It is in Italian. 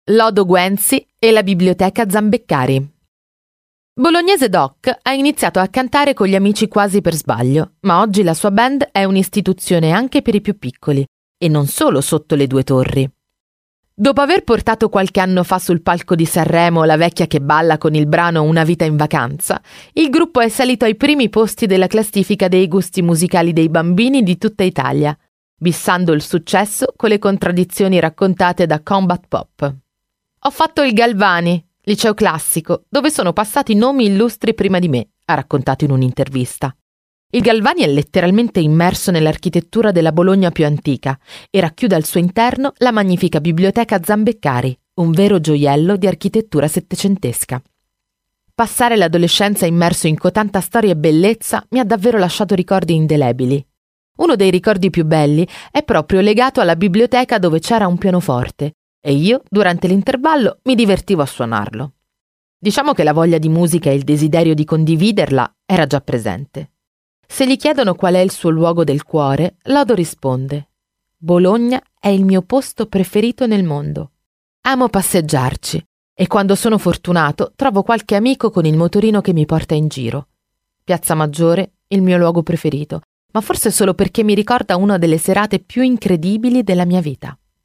Lodo Guenzi e la Biblioteca Zambeccari. Bolognese Doc ha iniziato a cantare con gli amici quasi per sbaglio, ma oggi la sua band è un'istituzione anche per i più piccoli, e non solo sotto le due torri. Dopo aver portato qualche anno fa sul palco di Sanremo La vecchia che balla con il brano Una vita in vacanza, il gruppo è salito ai primi posti della classifica dei gusti musicali dei bambini di tutta Italia, bissando il successo con le contraddizioni raccontate da Combat Pop. Ho fatto il Galvani, liceo classico, dove sono passati nomi illustri prima di me, ha raccontato in un'intervista. Il Galvani è letteralmente immerso nell'architettura della Bologna più antica e racchiude al suo interno la magnifica Biblioteca Zambeccari, un vero gioiello di architettura settecentesca. Passare l'adolescenza immerso in cotanta storia e bellezza mi ha davvero lasciato ricordi indelebili. Uno dei ricordi più belli è proprio legato alla biblioteca dove c'era un pianoforte e io, durante l'intervallo, mi divertivo a suonarlo. Diciamo che la voglia di musica e il desiderio di condividerla era già presente. Se gli chiedono qual è il suo luogo del cuore, Lodo risponde: Bologna è il mio posto preferito nel mondo. Amo passeggiarci e quando sono fortunato trovo qualche amico con il motorino che mi porta in giro. Piazza Maggiore, il mio luogo preferito, ma forse solo perché mi ricorda una delle serate più incredibili della mia vita.